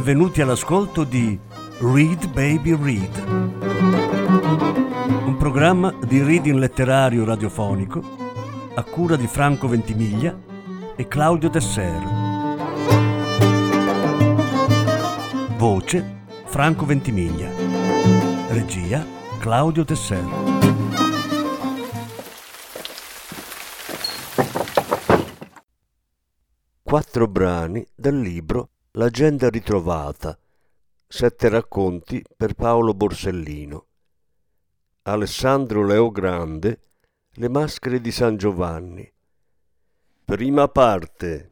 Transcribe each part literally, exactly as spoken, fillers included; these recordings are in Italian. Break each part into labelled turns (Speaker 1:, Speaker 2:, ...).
Speaker 1: benvenuti all'ascolto di Read Baby Read, un programma di reading letterario radiofonico a cura di Franco Ventimiglia e Claudio Desser. Voce Franco Ventimiglia. Regia Claudio Desser. Quattro brani dal libro L'agenda ritrovata, sette racconti per Paolo Borsellino. Alessandro Leogrande, Le maschere di San Giovanni. Prima parte.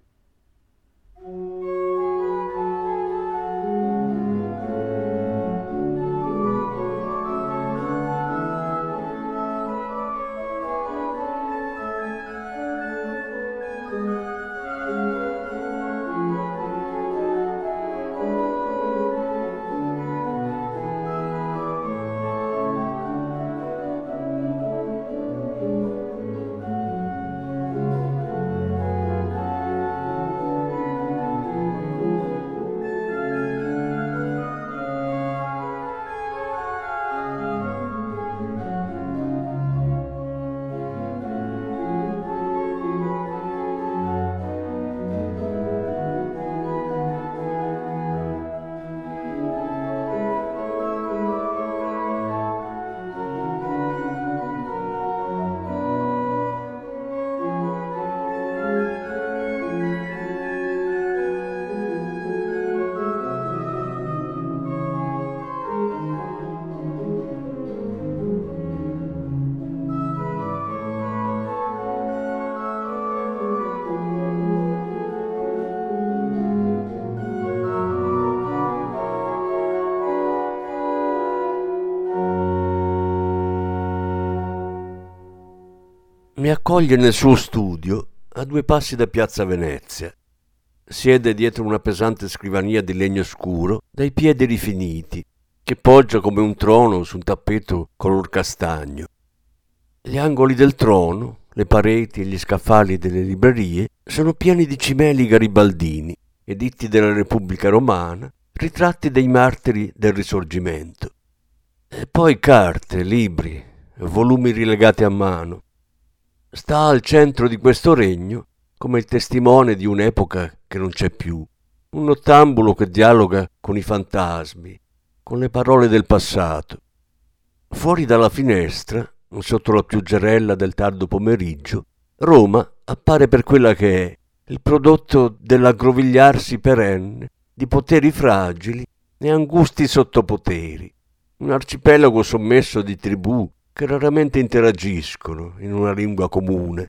Speaker 1: Mi accoglie nel suo studio a due passi da Piazza Venezia. Siede dietro una pesante scrivania di legno scuro dai piedi rifiniti, che poggia come un trono su un tappeto color castagno. Gli angoli del trono, le pareti e gli scaffali delle librerie sono pieni di cimeli garibaldini, editti della Repubblica Romana, ritratti dei martiri del Risorgimento. E poi carte, libri, volumi rilegati a mano. Sta al centro di questo regno come il testimone di un'epoca che non c'è più, un nottambulo che dialoga con i fantasmi, con le parole del passato. Fuori dalla finestra, sotto la pioggerella del tardo pomeriggio, Roma appare per quella che è, il prodotto dell'aggrovigliarsi perenne di poteri fragili e angusti sottopoteri, un arcipelago sommesso di tribù che raramente interagiscono in una lingua comune.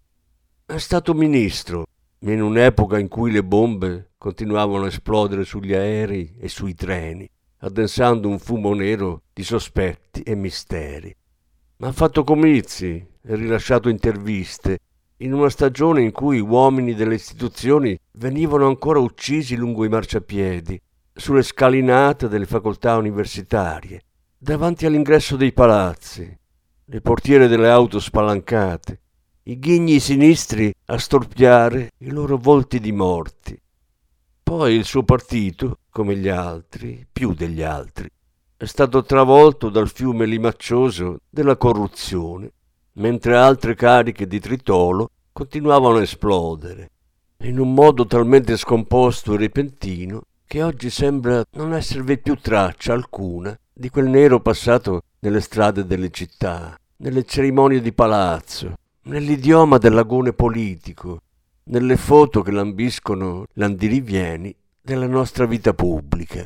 Speaker 1: È stato ministro in un'epoca in cui le bombe continuavano a esplodere sugli aerei e sui treni, addensando un fumo nero di sospetti e misteri. Ma ha fatto comizi e rilasciato interviste in una stagione in cui uomini delle istituzioni venivano ancora uccisi lungo i marciapiedi, sulle scalinate delle facoltà universitarie, davanti all'ingresso dei palazzi, le portiere delle auto spalancate, i ghigni sinistri a storpiare i loro volti di morti. Poi il suo partito, come gli altri, più degli altri, è stato travolto dal fiume limaccioso della corruzione, mentre altre cariche di tritolo continuavano a esplodere, in un modo talmente scomposto e repentino che oggi sembra non esservi più traccia alcuna di quel nero passato nelle strade delle città, nelle cerimonie di palazzo, nell'idioma dell'agone politico, nelle foto che lambiscono l'andirivieni della nostra vita pubblica.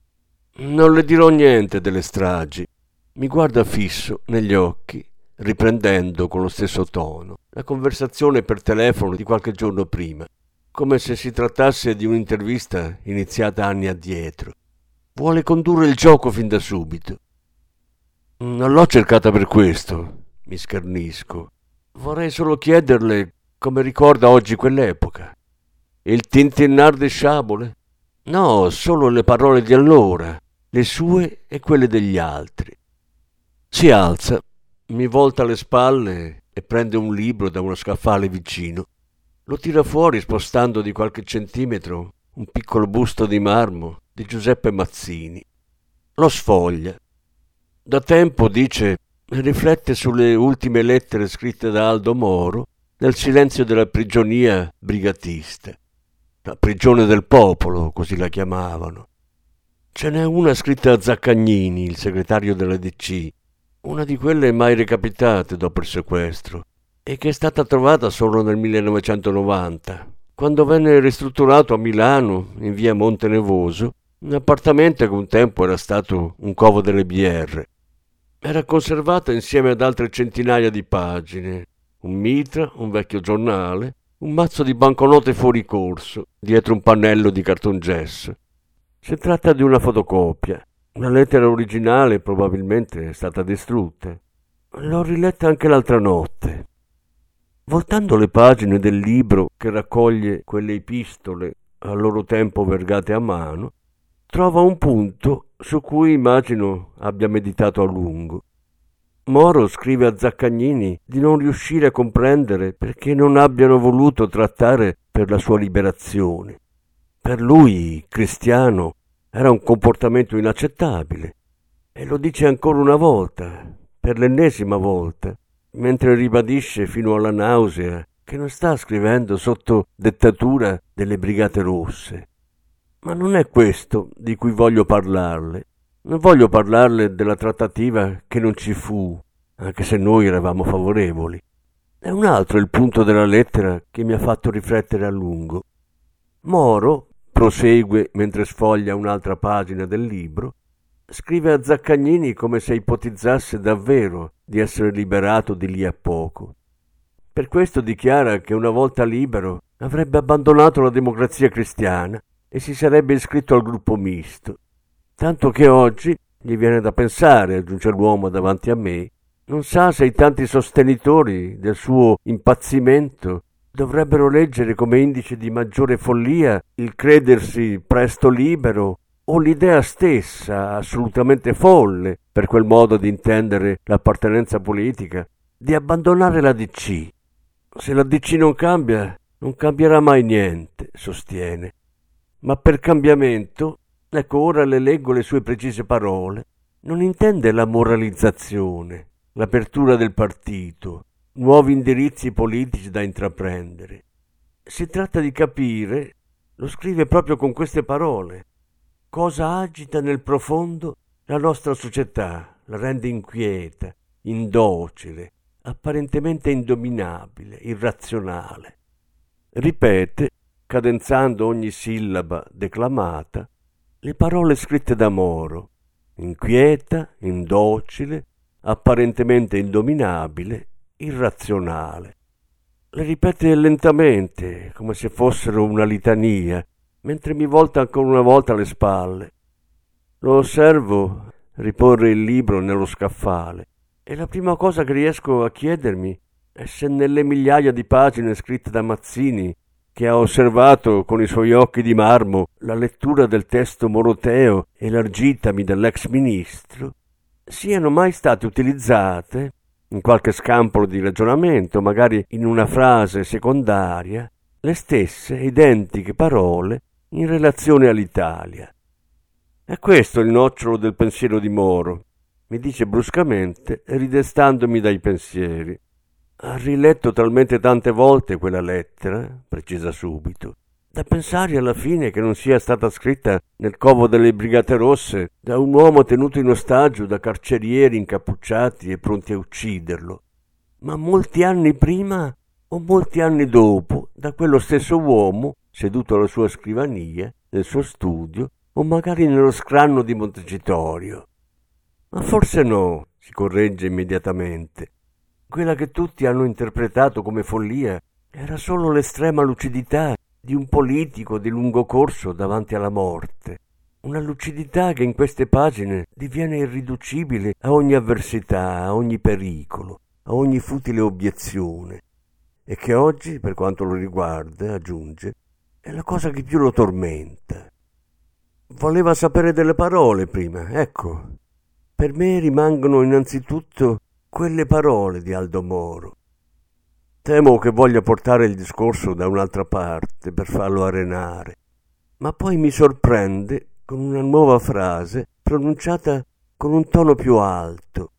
Speaker 1: Non le dirò niente delle stragi. Mi guarda fisso negli occhi, riprendendo con lo stesso tono la conversazione per telefono di qualche giorno prima, come se si trattasse di un'intervista iniziata anni addietro. Vuole condurre il gioco fin da subito. Non l'ho cercata per questo, mi schernisco. Vorrei solo chiederle come ricorda oggi quell'epoca. Il tintinnar di sciabole? No, solo le parole di allora, le sue e quelle degli altri. Si alza, mi volta le spalle e prende un libro da uno scaffale vicino. Lo tira fuori spostando di qualche centimetro un piccolo busto di marmo di Giuseppe Mazzini. Lo sfoglia. Da tempo, dice, riflette sulle ultime lettere scritte da Aldo Moro nel silenzio della prigionia brigatista. La prigione del popolo, così la chiamavano. Ce n'è una scritta a Zaccagnini, il segretario della D C, una di quelle mai recapitate dopo il sequestro, e che è stata trovata solo nel millenovecentonovanta, quando venne ristrutturato a Milano, in via Montenevoso, un appartamento che un tempo era stato un covo delle B R. Era conservata insieme ad altre centinaia di pagine, un mitra, un vecchio giornale, un mazzo di banconote fuori corso, dietro un pannello di cartongesso. Si tratta di una fotocopia. La lettera originale probabilmente è stata distrutta. L'ho riletta anche l'altra notte. Voltando le pagine del libro che raccoglie quelle epistole a loro tempo vergate a mano, trova un punto su cui immagino abbia meditato a lungo. Moro scrive a Zaccagnini di non riuscire a comprendere perché non abbiano voluto trattare per la sua liberazione. Per lui, cristiano, era un comportamento inaccettabile. E lo dice ancora una volta, per l'ennesima volta, mentre ribadisce fino alla nausea che non sta scrivendo sotto dettatura delle Brigate Rosse. Ma non è questo di cui voglio parlarle. Non voglio parlarle della trattativa che non ci fu, anche se noi eravamo favorevoli. È un altro il punto della lettera che mi ha fatto riflettere a lungo. Moro, prosegue mentre sfoglia un'altra pagina del libro, scrive a Zaccagnini come se ipotizzasse davvero di essere liberato di lì a poco. Per questo dichiara che una volta libero avrebbe abbandonato la Democrazia Cristiana e si sarebbe iscritto al gruppo misto. Tanto che oggi, gli viene da pensare, aggiunge l'uomo davanti a me, non sa se i tanti sostenitori del suo impazzimento dovrebbero leggere come indice di maggiore follia il credersi presto libero o l'idea stessa, assolutamente folle, per quel modo di intendere l'appartenenza politica, di abbandonare la D C. Se la D C non cambia, non cambierà mai niente, sostiene. Ma per cambiamento, ecco ora le leggo le sue precise parole, non intende la moralizzazione, l'apertura del partito, nuovi indirizzi politici da intraprendere. Si tratta di capire, lo scrive proprio con queste parole, cosa agita nel profondo la nostra società, la rende inquieta, indocile, apparentemente indominabile, irrazionale. Ripete, cadenzando ogni sillaba declamata, le parole scritte da Moro, inquieta, indocile, apparentemente indominabile, irrazionale. Le ripete lentamente, come se fossero una litania, mentre mi volta ancora una volta le spalle. Lo osservo riporre il libro nello scaffale e la prima cosa che riesco a chiedermi è se nelle migliaia di pagine scritte da Mazzini, che ha osservato con i suoi occhi di marmo la lettura del testo moroteo elargitami dall'ex ministro, siano mai state utilizzate, in qualche scampolo di ragionamento, magari in una frase secondaria, le stesse identiche parole in relazione all'Italia. È questo il nocciolo del pensiero di Moro, mi dice bruscamente, ridestandomi dai pensieri. Ha riletto talmente tante volte quella lettera, precisa subito, da pensare alla fine che non sia stata scritta nel covo delle Brigate Rosse da un uomo tenuto in ostaggio da carcerieri incappucciati e pronti a ucciderlo, ma molti anni prima o molti anni dopo da quello stesso uomo seduto alla sua scrivania, nel suo studio o magari nello scranno di Montecitorio. Ma forse no, si corregge immediatamente. Quella che tutti hanno interpretato come follia era solo l'estrema lucidità di un politico di lungo corso davanti alla morte. Una lucidità che in queste pagine diviene irriducibile a ogni avversità, a ogni pericolo, a ogni futile obiezione, e che oggi, per quanto lo riguarda, aggiunge, è la cosa che più lo tormenta. Voleva sapere delle parole prima, ecco. Per me rimangono innanzitutto quelle parole di Aldo Moro. Temo che voglia portare il discorso da un'altra parte per farlo arenare, ma poi mi sorprende con una nuova frase pronunciata con un tono più alto.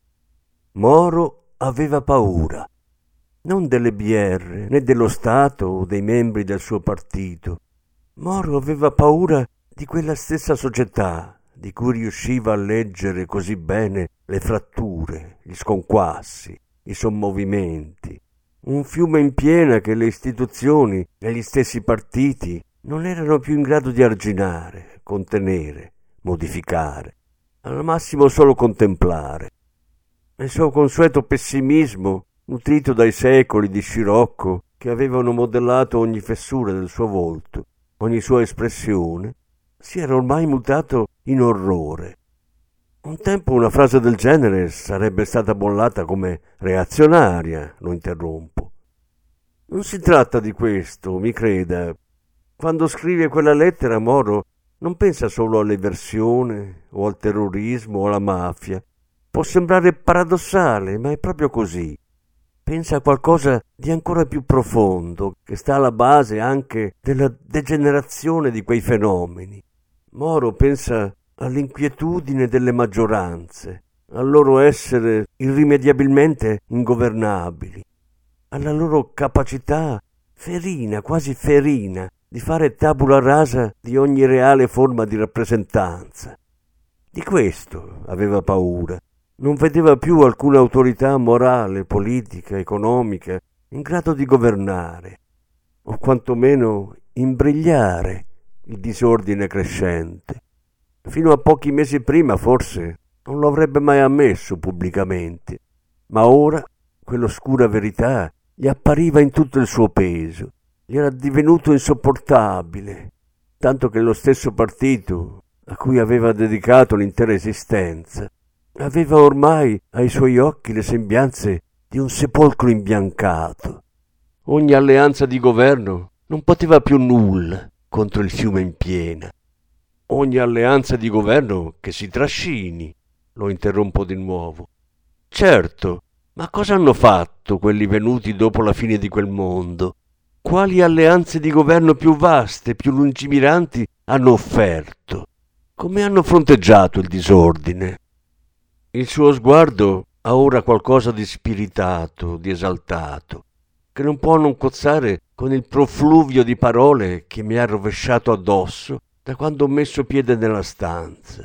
Speaker 1: Moro aveva paura, non delle B R, né dello Stato o dei membri del suo partito. Moro aveva paura di quella stessa società di cui riusciva a leggere così bene le fratture, gli sconquassi, i sommovimenti. Un fiume in piena che le istituzioni e gli stessi partiti non erano più in grado di arginare, contenere, modificare, al massimo solo contemplare. Il suo consueto pessimismo, nutrito dai secoli di scirocco che avevano modellato ogni fessura del suo volto, ogni sua espressione, si era ormai mutato in orrore. Un tempo una frase del genere sarebbe stata bollata come reazionaria, lo interrompo. Non si tratta di questo, mi creda. Quando scrive quella lettera, Moro non pensa solo all'eversione o al terrorismo o alla mafia. Può sembrare paradossale, ma è proprio così. Pensa a qualcosa di ancora più profondo, che sta alla base anche della degenerazione di quei fenomeni. Moro pensa all'inquietudine delle maggioranze, al loro essere irrimediabilmente ingovernabili, alla loro capacità ferina, quasi ferina, di fare tabula rasa di ogni reale forma di rappresentanza. Di questo aveva paura. Non vedeva più alcuna autorità morale, politica, economica in grado di governare, o quantomeno imbrigliare il disordine crescente. Fino a pochi mesi prima, forse, non lo avrebbe mai ammesso pubblicamente, ma ora quell'oscura verità gli appariva in tutto il suo peso, gli era divenuto insopportabile, tanto che lo stesso partito a cui aveva dedicato l'intera esistenza aveva ormai ai suoi occhi le sembianze di un sepolcro imbiancato. Ogni alleanza di governo non poteva più nulla contro il fiume in piena. Ogni alleanza di governo che si trascini, lo interrompo di nuovo. Certo, ma cosa hanno fatto quelli venuti dopo la fine di quel mondo? Quali alleanze di governo più vaste, più lungimiranti hanno offerto? Come hanno fronteggiato il disordine? Il suo sguardo ha ora qualcosa di spiritato, di esaltato, che non può non cozzare con il profluvio di parole che mi ha rovesciato addosso da quando ho messo piede nella stanza.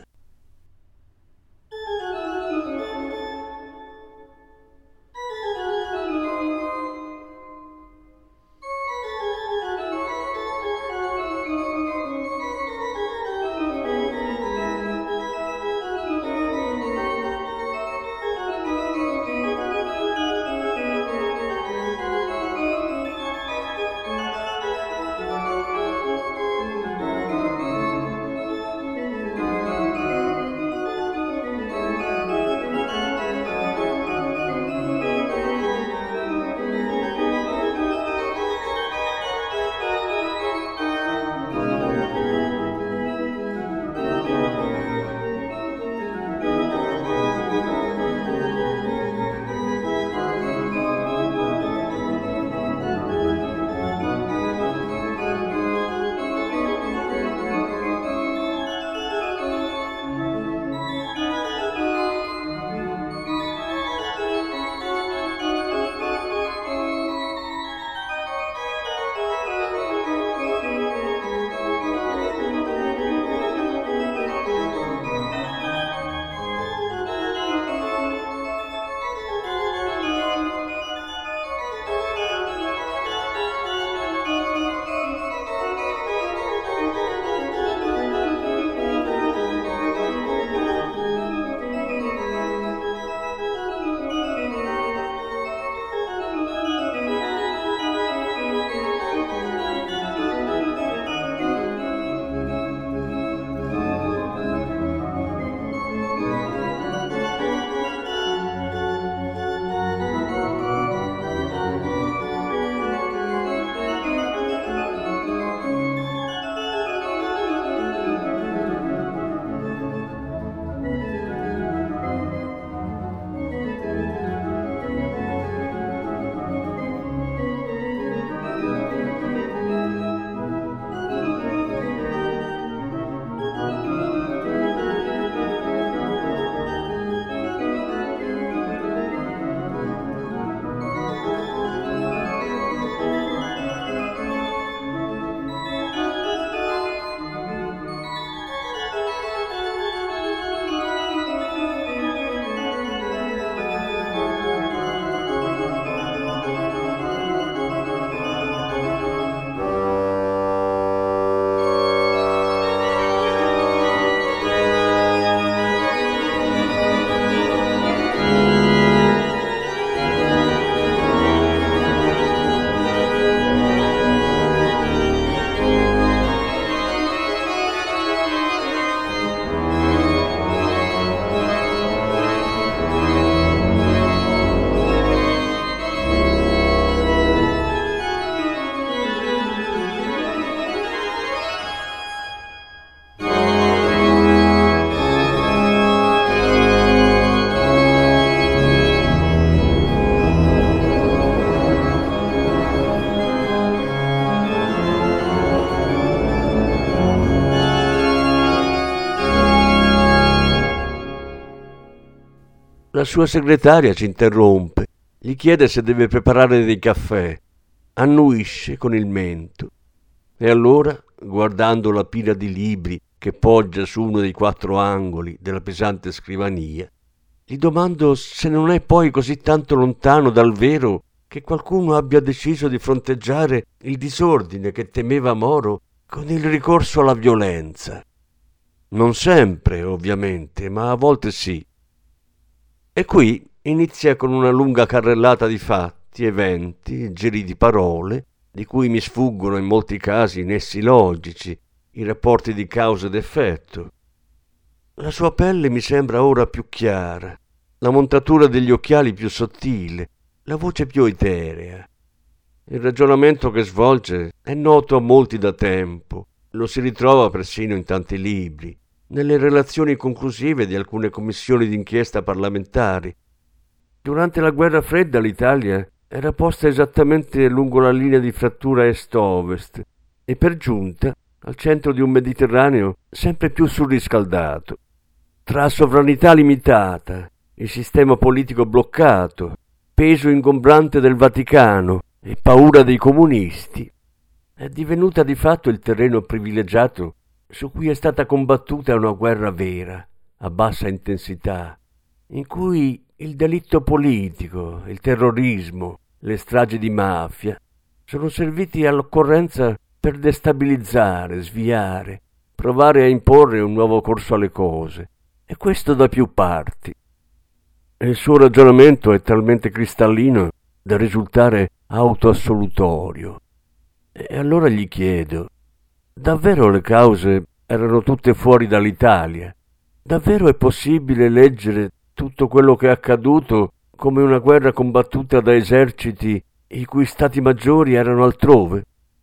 Speaker 1: La sua segretaria ci interrompe, gli chiede se deve preparare dei caffè, annuisce con il mento. E allora, guardando la pila di libri che poggia su uno dei quattro angoli della pesante scrivania, gli domando se non è poi così tanto lontano dal vero che qualcuno abbia deciso di fronteggiare il disordine che temeva Moro con il ricorso alla violenza. Non sempre, ovviamente, ma a volte sì. E qui inizia con una lunga carrellata di fatti, eventi, giri di parole, di cui mi sfuggono in molti casi i nessi logici, i rapporti di causa ed effetto. La sua pelle mi sembra ora più chiara, la montatura degli occhiali più sottile, la voce più eterea. Il ragionamento che svolge è noto a molti da tempo, lo si ritrova persino in tanti libri, nelle relazioni conclusive di alcune commissioni d'inchiesta parlamentari. Durante la guerra fredda l'Italia era posta esattamente lungo la linea di frattura est-ovest e per giunta al centro di un Mediterraneo sempre più surriscaldato. Tra sovranità limitata, il sistema politico bloccato, peso ingombrante del Vaticano e paura dei comunisti, è divenuta di fatto il terreno privilegiato su cui è stata combattuta una guerra vera, a bassa intensità, in cui il delitto politico, il terrorismo, le stragi di mafia sono serviti all'occorrenza per destabilizzare, sviare, provare a imporre un nuovo corso alle cose, e questo da più parti. E il suo ragionamento è talmente cristallino da risultare autoassolutorio. E allora gli chiedo: davvero le cause erano tutte fuori dall'Italia? Davvero è possibile leggere tutto quello che è accaduto come una guerra combattuta da eserciti i cui stati maggiori erano altrove?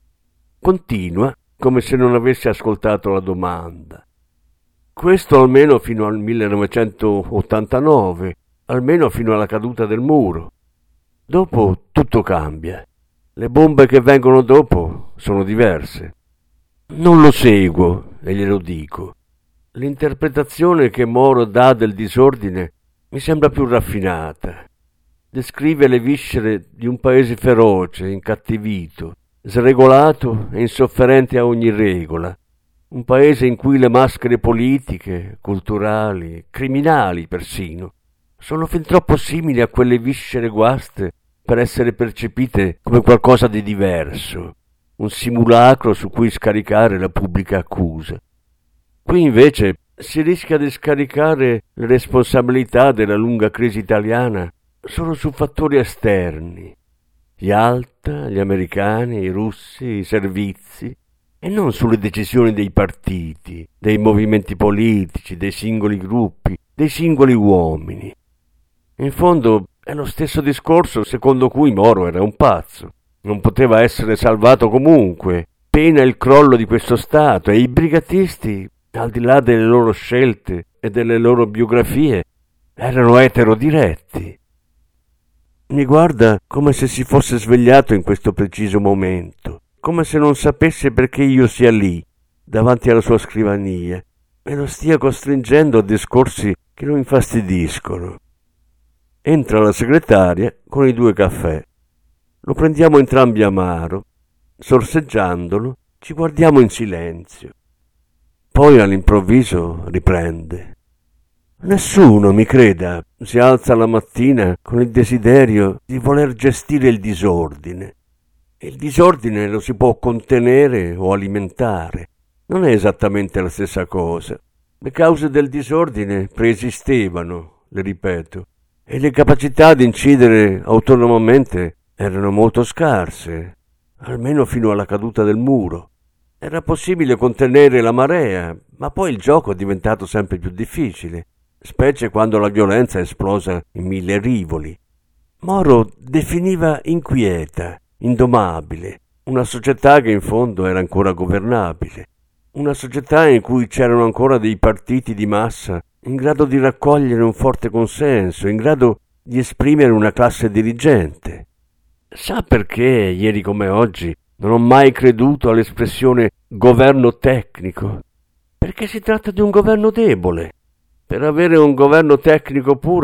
Speaker 1: Continua come se non avesse ascoltato la domanda. Questo almeno fino al millenovecentottantanove, almeno fino alla caduta del muro. Dopo tutto cambia. Le bombe che vengono dopo sono diverse. Non lo seguo, e glielo dico. L'interpretazione che Moro dà del disordine mi sembra più raffinata. Descrive le viscere di un paese feroce, incattivito, sregolato e insofferente a ogni regola. Un paese in cui le maschere politiche, culturali, criminali persino, sono fin troppo simili a quelle viscere guaste per essere percepite come qualcosa di diverso, un simulacro su cui scaricare la pubblica accusa. Qui invece si rischia di scaricare le responsabilità della lunga crisi italiana solo su fattori esterni, Yalta, gli americani, i russi, i servizi, e non sulle decisioni dei partiti, dei movimenti politici, dei singoli gruppi, dei singoli uomini. In fondo è lo stesso discorso secondo cui Moro era un pazzo, non poteva essere salvato comunque, pena il crollo di questo Stato, e i brigatisti, al di là delle loro scelte e delle loro biografie, erano eterodiretti. Mi guarda come se si fosse svegliato in questo preciso momento, come se non sapesse perché io sia lì, davanti alla sua scrivania, e lo stia costringendo a discorsi che lo infastidiscono. Entra la segretaria con i due caffè. Lo prendiamo entrambi amaro. Sorseggiandolo, ci guardiamo in silenzio. Poi all'improvviso riprende. Nessuno, mi creda, si alza la mattina con il desiderio di voler gestire il disordine. Il disordine lo si può contenere o alimentare. Non è esattamente la stessa cosa. Le cause del disordine preesistevano, le ripeto, e le capacità di incidere autonomamente erano molto scarse, almeno fino alla caduta del muro. Era possibile contenere la marea, ma poi il gioco è diventato sempre più difficile, specie quando la violenza è esplosa in mille rivoli. Moro definiva inquieta, indomabile, una società che in fondo era ancora governabile, una società in cui c'erano ancora dei partiti di massa in grado di raccogliere un forte consenso, in grado di esprimere una classe dirigente. Sa perché, ieri come oggi, non ho mai creduto all'espressione governo tecnico? Perché si tratta di un governo debole. Per avere un governo tecnico puro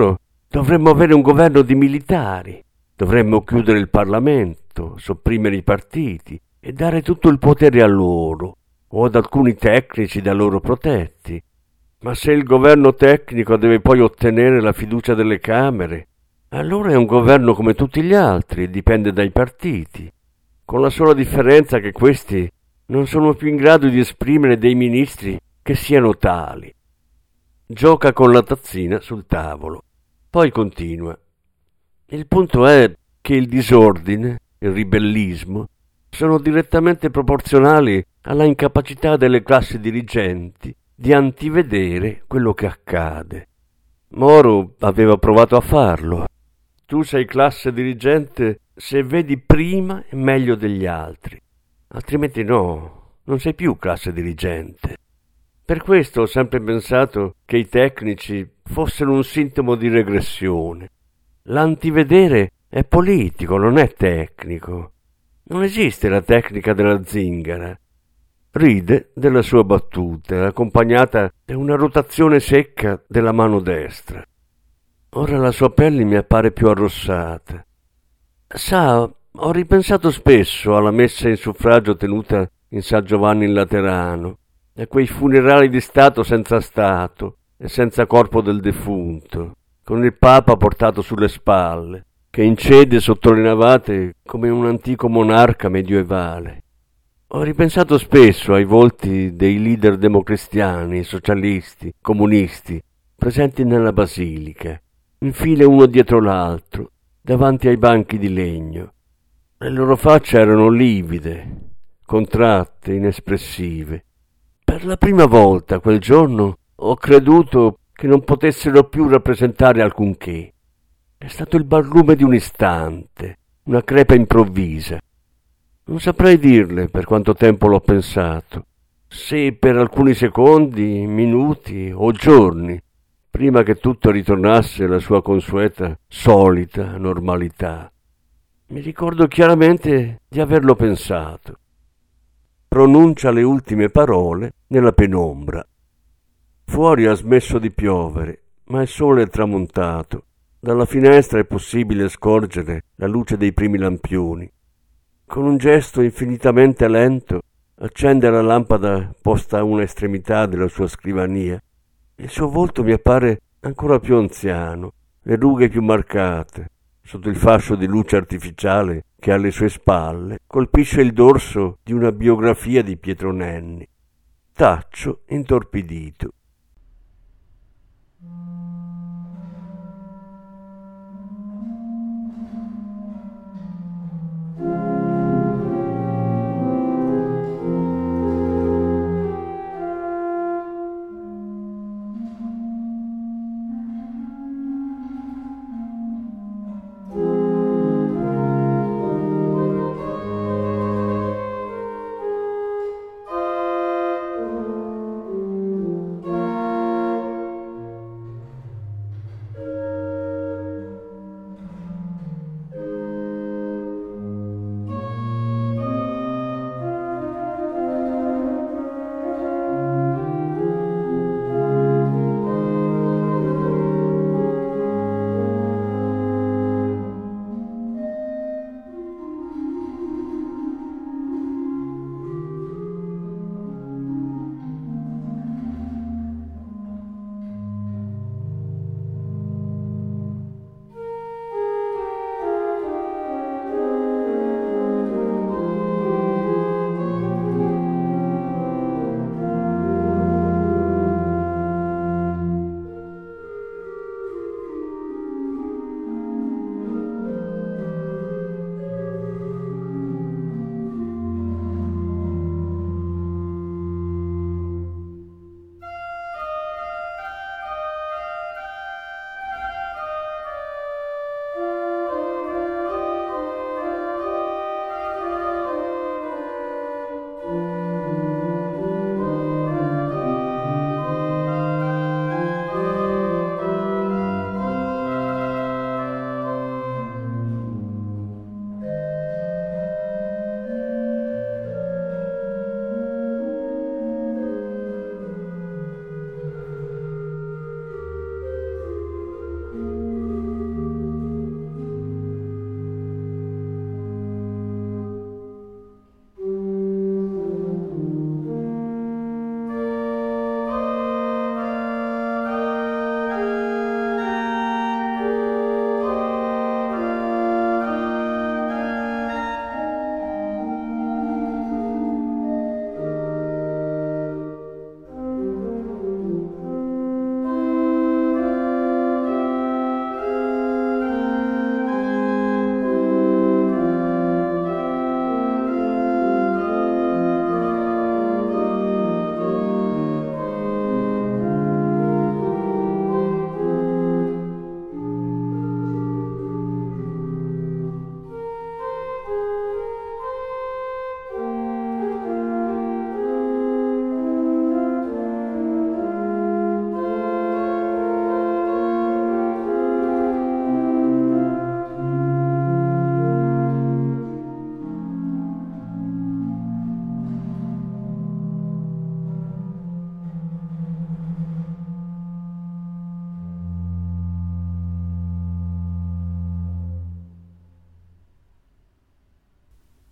Speaker 1: Dovremmo avere un governo di militari, dovremmo chiudere il Parlamento, sopprimere i partiti e dare tutto il potere a loro o ad alcuni tecnici da loro protetti. Ma se il governo tecnico deve poi ottenere la fiducia delle Camere, allora è un governo come tutti gli altri e dipende dai partiti, con la sola differenza che questi non sono più in grado di esprimere dei ministri che siano tali. Gioca con la tazzina sul tavolo. Poi continua. Il punto è che il disordine, il ribellismo, sono direttamente proporzionali alla incapacità delle classi dirigenti di antivedere quello che accade. Moro aveva provato a farlo. Tu sei classe dirigente se vedi prima e meglio degli altri, altrimenti no, non sei più classe dirigente. Per questo ho sempre pensato che i tecnici fossero un sintomo di regressione. L'antivedere è politico, non è tecnico. Non esiste la tecnica della zingara. Ride della sua battuta, accompagnata da una rotazione secca della mano destra. Ora la sua pelle mi appare più arrossata. Sa, ho ripensato spesso alla messa in suffragio tenuta in San Giovanni in Laterano, a quei funerali di Stato senza Stato e senza corpo del defunto, con il Papa portato sulle spalle, che incede sotto le navate come un antico monarca medievale. Ho ripensato spesso ai volti dei leader democristiani, socialisti, comunisti, presenti nella basilica, in file uno dietro l'altro, davanti ai banchi di legno. Le loro facce erano livide, contratte, inespressive. Per la prima volta quel giorno ho creduto che non potessero più rappresentare alcunché. È stato il barlume di un istante, una crepa improvvisa. Non saprei dirle per quanto tempo l'ho pensato, se per alcuni secondi, minuti o giorni, prima che tutto ritornasse alla sua consueta, solita normalità. Mi ricordo chiaramente di averlo pensato. Pronuncia le ultime parole nella penombra. Fuori ha smesso di piovere, ma il sole è tramontato. Dalla finestra è possibile scorgere la luce dei primi lampioni. Con un gesto infinitamente lento accende la lampada posta a una estremità della sua scrivania. Il suo volto mi appare ancora più anziano, le rughe più marcate. Sotto il fascio di luce artificiale che alle sue spalle colpisce il dorso di una biografia di Pietro Nenni. Taccio intorpidito.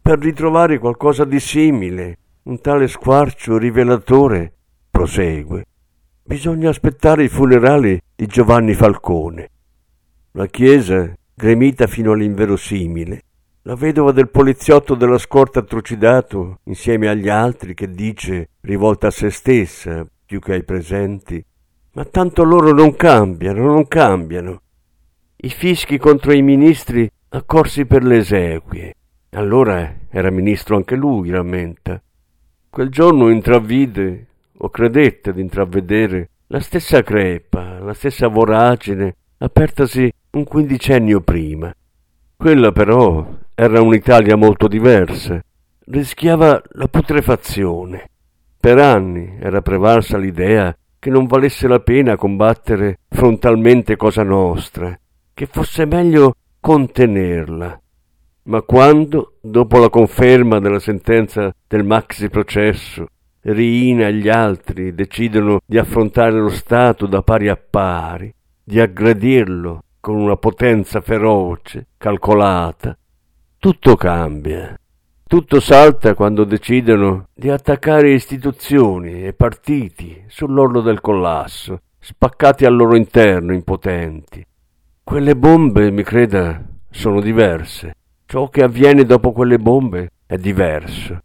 Speaker 1: per ritrovare qualcosa di simile, un tale squarcio rivelatore, prosegue, bisogna aspettare i funerali di Giovanni Falcone. La chiesa, gremita fino all'inverosimile, la vedova del poliziotto della scorta trucidato, insieme agli altri, che dice, rivolta a se stessa più che ai presenti, ma tanto loro non cambiano, non cambiano. I fischi contro i ministri accorsi per le esequie. Allora era ministro anche lui, rammenta. Quel giorno intravvide, o credette di intravedere, la stessa crepa, la stessa voragine, apertasi un quindicennio prima. Quella però era un'Italia molto diversa, rischiava la putrefazione. Per anni era prevalsa l'idea che non valesse la pena combattere frontalmente Cosa Nostra, che fosse meglio contenerla. Ma quando, dopo la conferma della sentenza del maxi processo, Riina e gli altri decidono di affrontare lo Stato da pari a pari, di aggredirlo con una potenza feroce, calcolata, tutto cambia. Tutto salta quando decidono di attaccare istituzioni e partiti sull'orlo del collasso, spaccati al loro interno, impotenti. Quelle bombe, mi creda, sono diverse. Ciò che avviene dopo quelle bombe è diverso.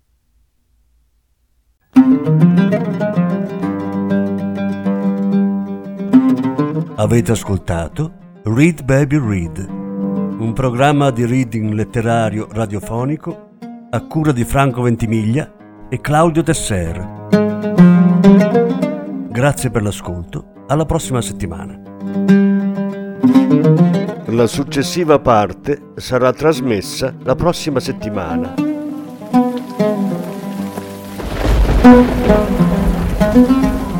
Speaker 2: Avete ascoltato Read Baby Read, un programma di reading letterario radiofonico a cura di Franco Ventimiglia e Claudio Tesser. Grazie per l'ascolto, alla prossima settimana.
Speaker 1: La successiva parte sarà trasmessa la prossima settimana.